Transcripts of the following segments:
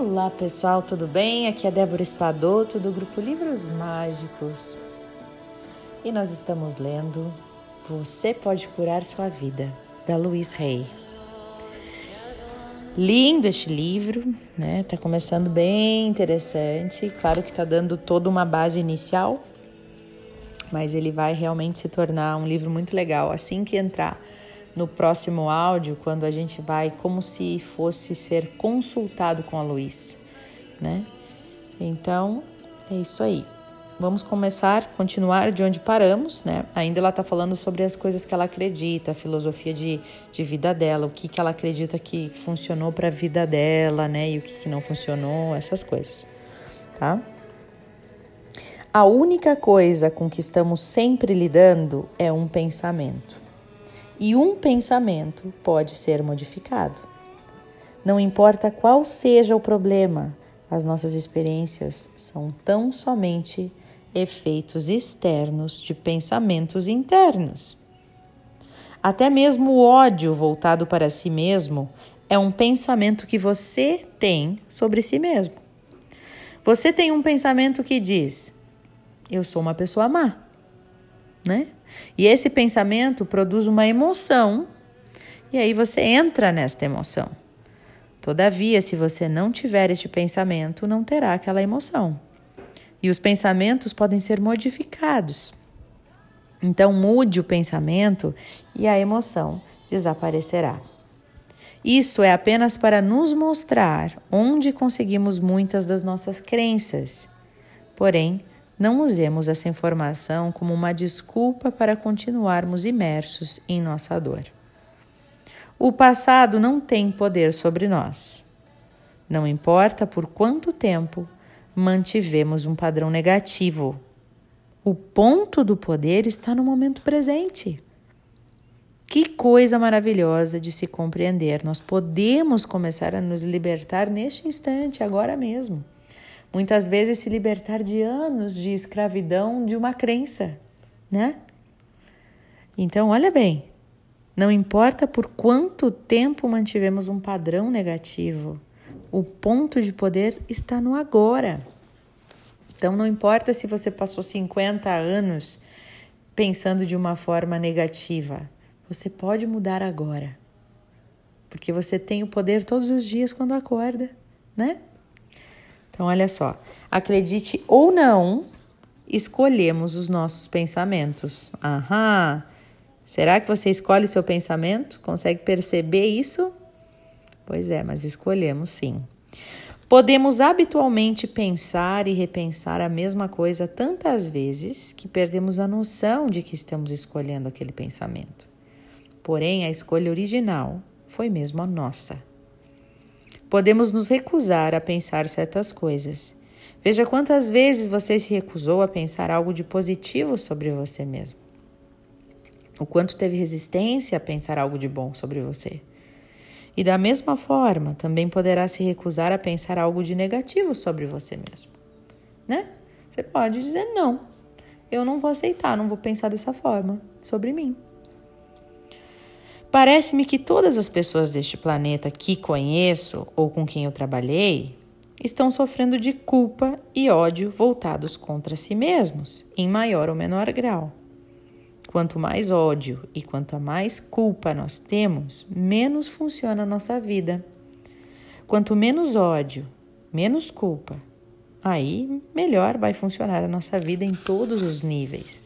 Olá pessoal, tudo bem? Aqui é Débora Espadoto do grupo Livros Mágicos e nós estamos lendo Você Pode Curar Sua Vida, da Louise Hay. Lindo este livro, né? Tá começando bem interessante, claro que tá dando toda uma base inicial, mas ele vai realmente se tornar um livro muito legal assim que entrar no próximo áudio, quando a gente vai como se fosse ser consultado com a Louise, né? Então, é isso aí. Vamos continuar de onde paramos, né? Ainda ela tá falando sobre as coisas que ela acredita, a filosofia de vida dela, o que ela acredita que funcionou para a vida dela, né? E o que não funcionou, essas coisas, tá? A única coisa com que estamos sempre lidando é um pensamento. E um pensamento pode ser modificado. Não importa qual seja o problema, as nossas experiências são tão somente efeitos externos de pensamentos internos. Até mesmo o ódio voltado para si mesmo é um pensamento que você tem sobre si mesmo. Você tem um pensamento que diz: eu sou uma pessoa má, né? E esse pensamento produz uma emoção e aí você entra nesta emoção. Todavia, se você não tiver este pensamento, não terá aquela emoção. E os pensamentos podem ser modificados. Então, mude o pensamento e a emoção desaparecerá. Isso é apenas para nos mostrar onde conseguimos muitas das nossas crenças. Porém, não usemos essa informação como uma desculpa para continuarmos imersos em nossa dor. O passado não tem poder sobre nós. Não importa por quanto tempo mantivemos um padrão negativo. O ponto do poder está no momento presente. Que coisa maravilhosa de se compreender. Nós podemos começar a nos libertar neste instante, agora mesmo. Muitas vezes se libertar de anos de escravidão de uma crença, né? Então, olha bem, não importa por quanto tempo mantivemos um padrão negativo, o ponto de poder está no agora. Então, não importa se você passou 50 anos pensando de uma forma negativa, você pode mudar agora, porque você tem o poder todos os dias quando acorda, né? Então, olha só, acredite ou não, escolhemos os nossos pensamentos. Aham, será que você escolhe o seu pensamento? Consegue perceber isso? Pois é, mas escolhemos sim. Podemos habitualmente pensar e repensar a mesma coisa tantas vezes que perdemos a noção de que estamos escolhendo aquele pensamento. Porém, a escolha original foi mesmo a nossa. Podemos nos recusar a pensar certas coisas. Veja quantas vezes você se recusou a pensar algo de positivo sobre você mesmo. O quanto teve resistência a pensar algo de bom sobre você. E da mesma forma, também poderá se recusar a pensar algo de negativo sobre você mesmo, né? Você pode dizer não, eu não vou aceitar, não vou pensar dessa forma sobre mim. Parece-me que todas as pessoas deste planeta que conheço ou com quem eu trabalhei estão sofrendo de culpa e ódio voltados contra si mesmos, em maior ou menor grau. Quanto mais ódio e quanto mais culpa nós temos, menos funciona a nossa vida. Quanto menos ódio, menos culpa, aí melhor vai funcionar a nossa vida em todos os níveis.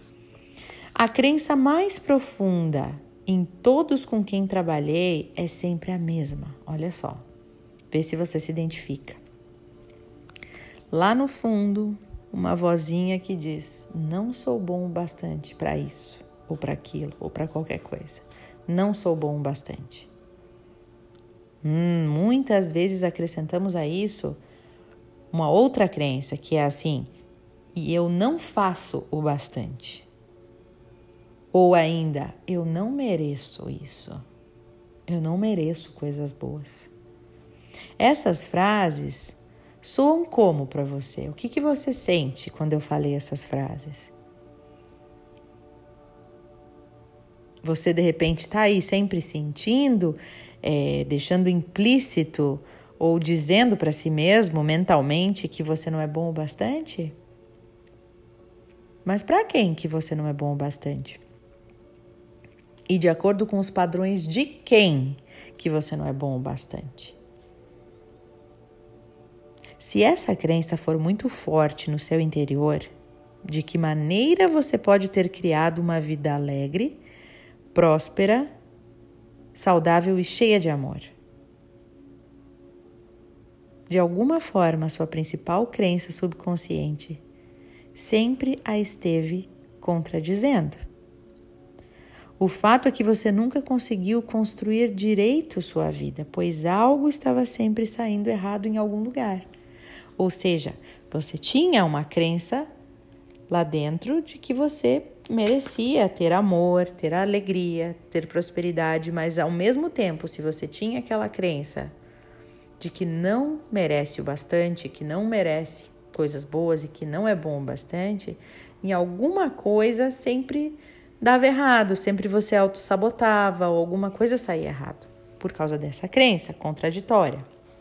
A crença mais profunda em todos com quem trabalhei é sempre a mesma. Olha só, vê se você se identifica. Lá no fundo, uma vozinha que diz: não sou bom o bastante para isso, ou para aquilo, ou para qualquer coisa. Não sou bom o bastante. Muitas vezes acrescentamos a isso uma outra crença, que é assim: e eu não faço o bastante. Ou ainda, eu não mereço isso. Eu não mereço coisas boas. Essas frases soam como para você? O que você sente quando eu falei essas frases? Você de repente está aí sempre sentindo, deixando implícito ou dizendo para si mesmo mentalmente que você não é bom o bastante? Mas para quem que você não é bom o bastante? E de acordo com os padrões de quem que você não é bom o bastante? Se essa crença for muito forte no seu interior, de que maneira você pode ter criado uma vida alegre, próspera, saudável e cheia de amor? De alguma forma, a sua principal crença subconsciente sempre a esteve contradizendo. O fato é que você nunca conseguiu construir direito sua vida, pois algo estava sempre saindo errado em algum lugar. Ou seja, você tinha uma crença lá dentro de que você merecia ter amor, ter alegria, ter prosperidade, mas ao mesmo tempo, se você tinha aquela crença de que não merece o bastante, que não merece coisas boas e que não é bom o bastante, em alguma coisa sempre dava errado, sempre você autossabotava ou alguma coisa saía errado por causa dessa crença contraditória.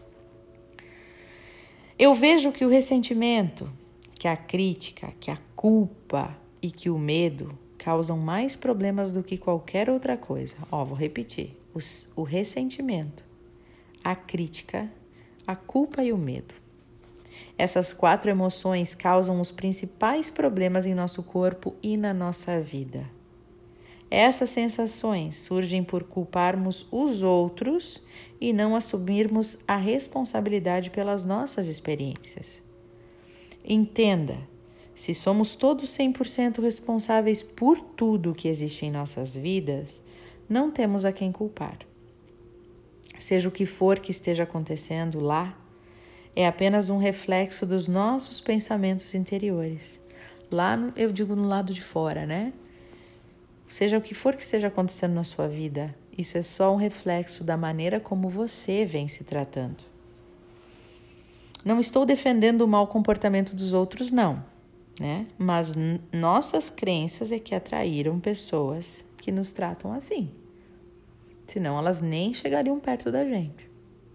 Eu vejo que o ressentimento, que a crítica, que a culpa e que o medo causam mais problemas do que qualquer outra coisa. Vou repetir. O ressentimento, a crítica, a culpa e o medo. Essas 4 emoções causam os principais problemas em nosso corpo e na nossa vida. Essas sensações surgem por culparmos os outros e não assumirmos a responsabilidade pelas nossas experiências. Entenda, se somos todos 100% responsáveis por tudo que existe em nossas vidas, não temos a quem culpar. Seja o que for que esteja acontecendo lá, é apenas um reflexo dos nossos pensamentos interiores. Lá, eu digo no lado de fora, né? Seja o que for que esteja acontecendo na sua vida, isso é só um reflexo da maneira como você vem se tratando. Não estou defendendo o mau comportamento dos outros, não, né? Mas nossas crenças é que atraíram pessoas que nos tratam assim. Senão elas nem chegariam perto da gente.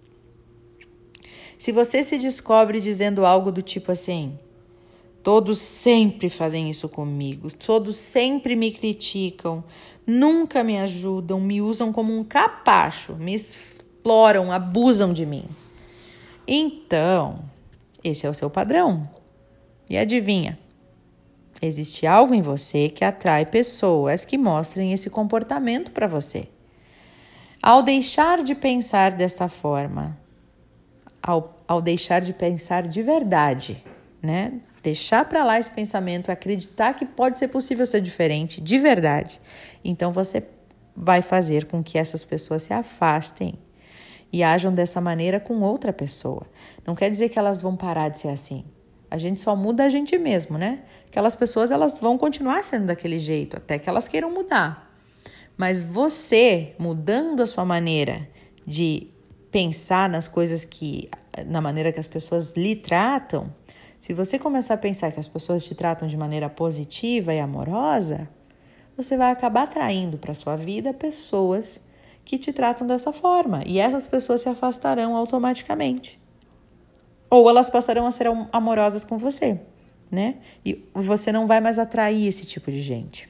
Se você se descobre dizendo algo do tipo assim: todos sempre fazem isso comigo, todos sempre me criticam, nunca me ajudam, me usam como um capacho, me exploram, abusam de mim. Então, esse é o seu padrão. E adivinha? Existe algo em você que atrai pessoas que mostrem esse comportamento para você. Ao deixar de pensar desta forma, ao deixar de pensar de verdade, né? Deixar para lá esse pensamento, acreditar que pode ser possível ser diferente, de verdade. Então você vai fazer com que essas pessoas se afastem e ajam dessa maneira com outra pessoa. Não quer dizer que elas vão parar de ser assim. A gente só muda a gente mesmo, né? Aquelas pessoas, elas vão continuar sendo daquele jeito, até que elas queiram mudar. Mas você, mudando a sua maneira de pensar nas coisas na maneira que as pessoas lhe tratam, se você começar a pensar que as pessoas te tratam de maneira positiva e amorosa, você vai acabar atraindo para a sua vida pessoas que te tratam dessa forma. E essas pessoas se afastarão automaticamente. Ou elas passarão a ser amorosas com você, né? E você não vai mais atrair esse tipo de gente.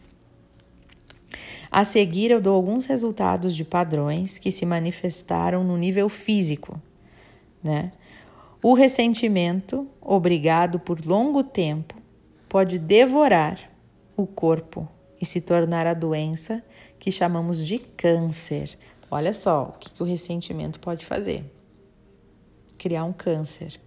A seguir, eu dou alguns resultados de padrões que se manifestaram no nível físico, né? O ressentimento, obrigado por longo tempo, pode devorar o corpo e se tornar a doença que chamamos de câncer. Olha só o que o ressentimento pode fazer. Criar um câncer.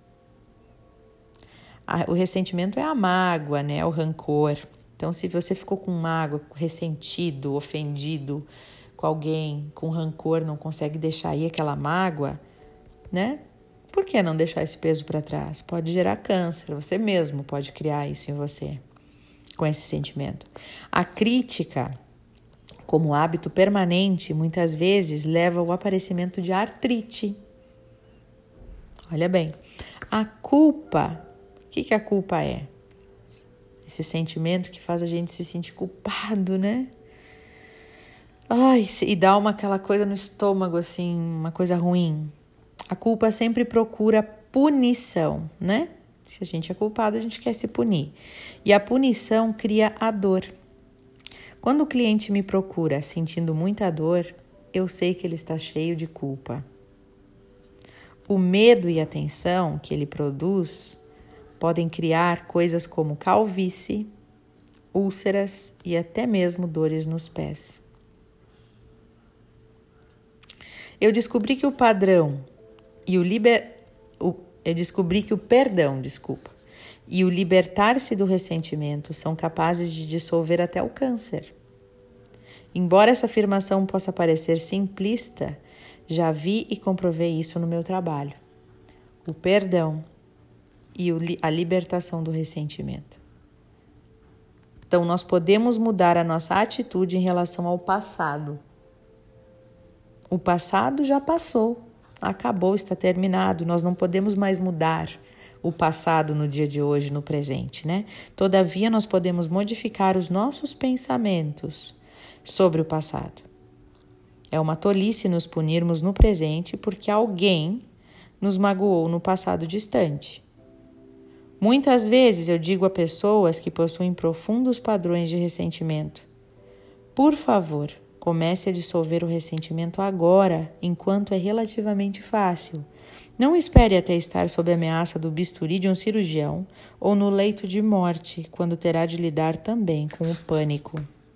O ressentimento é a mágoa, né? O rancor. Então, se você ficou com mágoa, ressentido, ofendido com alguém, com rancor, não consegue deixar ir aquela mágoa, né? Por que não deixar esse peso para trás? Pode gerar câncer, você mesmo pode criar isso em você, com esse sentimento. A crítica, como hábito permanente, muitas vezes leva ao aparecimento de artrite. Olha bem, a culpa, o que a culpa é? Esse sentimento que faz a gente se sentir culpado, né? E dá aquela coisa no estômago, assim, uma coisa ruim. A culpa sempre procura punição, né? Se a gente é culpado, a gente quer se punir. E a punição cria a dor. Quando o cliente me procura sentindo muita dor, eu sei que ele está cheio de culpa. O medo e a tensão que ele produz podem criar coisas como calvície, úlceras e até mesmo dores nos pés. Eu descobri que o perdão e o libertar-se do ressentimento são capazes de dissolver até o câncer. Embora essa afirmação possa parecer simplista, já vi e comprovei isso no meu trabalho. O perdão e a libertação do ressentimento. Então, nós podemos mudar a nossa atitude em relação ao passado. O passado já passou, acabou, está terminado. Nós não podemos mais mudar o passado no dia de hoje, no presente, né? Todavia, nós podemos modificar os nossos pensamentos sobre o passado. É uma tolice nos punirmos no presente porque alguém nos magoou no passado distante. Muitas vezes eu digo a pessoas que possuem profundos padrões de ressentimento: por favor, comece a dissolver o ressentimento agora, enquanto é relativamente fácil. Não espere até estar sob a ameaça do bisturi de um cirurgião ou no leito de morte, quando terá de lidar também com o pânico.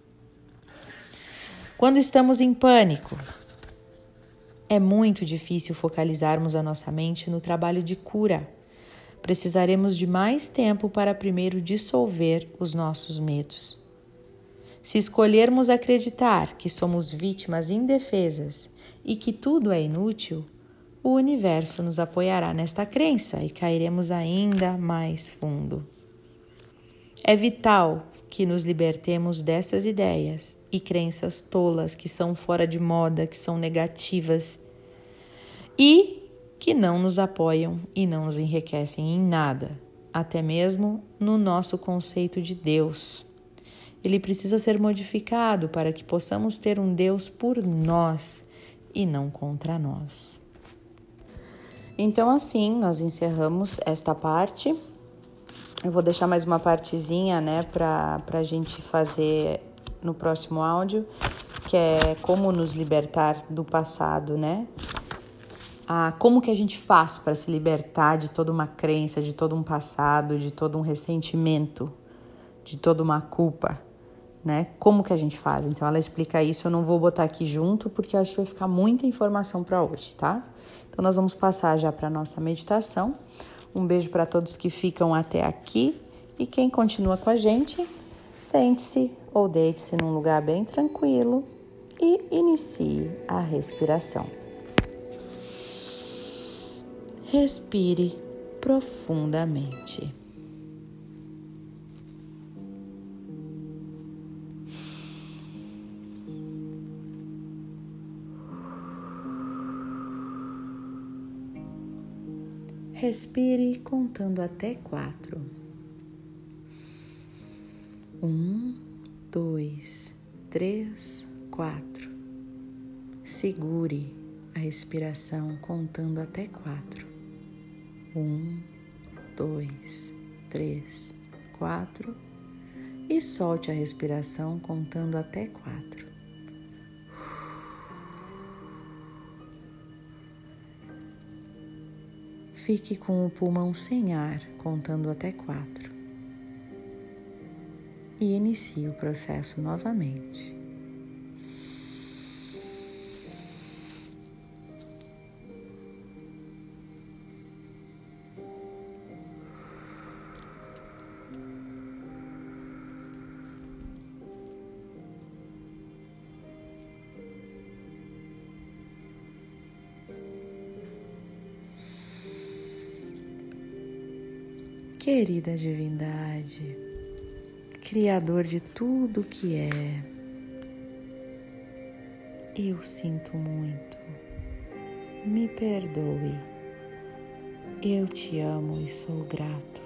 Quando estamos em pânico, é muito difícil focalizarmos a nossa mente no trabalho de cura. Precisaremos de mais tempo para primeiro dissolver os nossos medos. Se escolhermos acreditar que somos vítimas indefesas e que tudo é inútil, o universo nos apoiará nesta crença e cairemos ainda mais fundo. É vital que nos libertemos dessas ideias e crenças tolas que são fora de moda, que são negativas e que não nos apoiam e não nos enriquecem em nada, até mesmo no nosso conceito de Deus. Ele precisa ser modificado para que possamos ter um Deus por nós e não contra nós. Então, assim, nós encerramos esta parte. Eu vou deixar mais uma partezinha, né, para a gente fazer no próximo áudio, que é como nos libertar do passado, né? Como que a gente faz para se libertar de toda uma crença, de todo um passado, de todo um ressentimento, de toda uma culpa, né? Como que a gente faz? Então, ela explica isso, eu não vou botar aqui junto, porque eu acho que vai ficar muita informação para hoje, tá? Então, nós vamos passar já para a nossa meditação. Um beijo para todos que ficam até aqui e quem continua com a gente, sente-se ou deite-se num lugar bem tranquilo e inicie a respiração. Respire profundamente. Respire contando até 4. 1, 2, 3, 4. Segure a respiração contando até 4. 1, 2, 3, 4. E solte a respiração contando até 4. Fique com o pulmão sem ar, contando até 4. E inicie o processo novamente. Querida divindade, Criador de tudo que é, eu sinto muito, me perdoe, eu te amo e sou grato.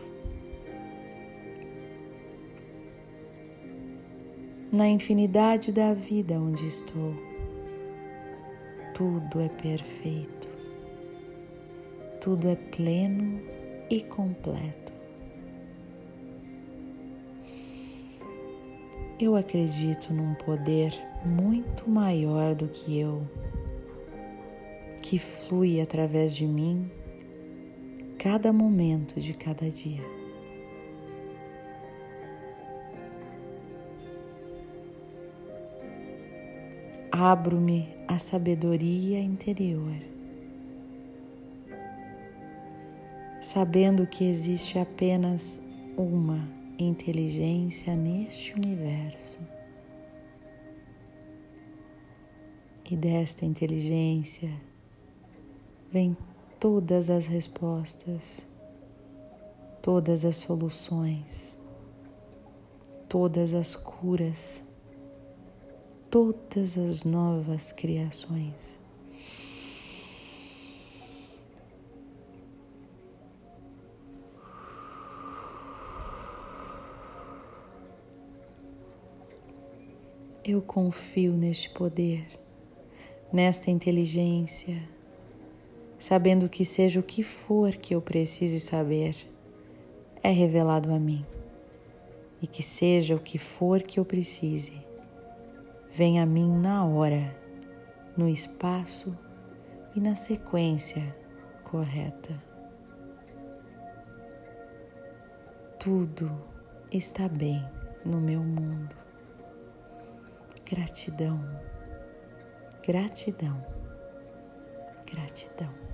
Na infinidade da vida onde estou, tudo é perfeito. tudo é pleno e completo. Eu acredito num poder muito maior do que eu, que flui através de mim cada momento de cada dia. Abro-me à sabedoria interior, sabendo que existe apenas uma inteligência neste universo. E desta inteligência vêm todas as respostas, todas as soluções, todas as curas, todas as novas criações. Eu confio neste poder, nesta inteligência, sabendo que seja o que for que eu precise saber, é revelado a mim. E que seja o que for que eu precise, vem a mim na hora, no espaço e na sequência correta. Tudo está bem no meu mundo. Gratidão, gratidão, gratidão.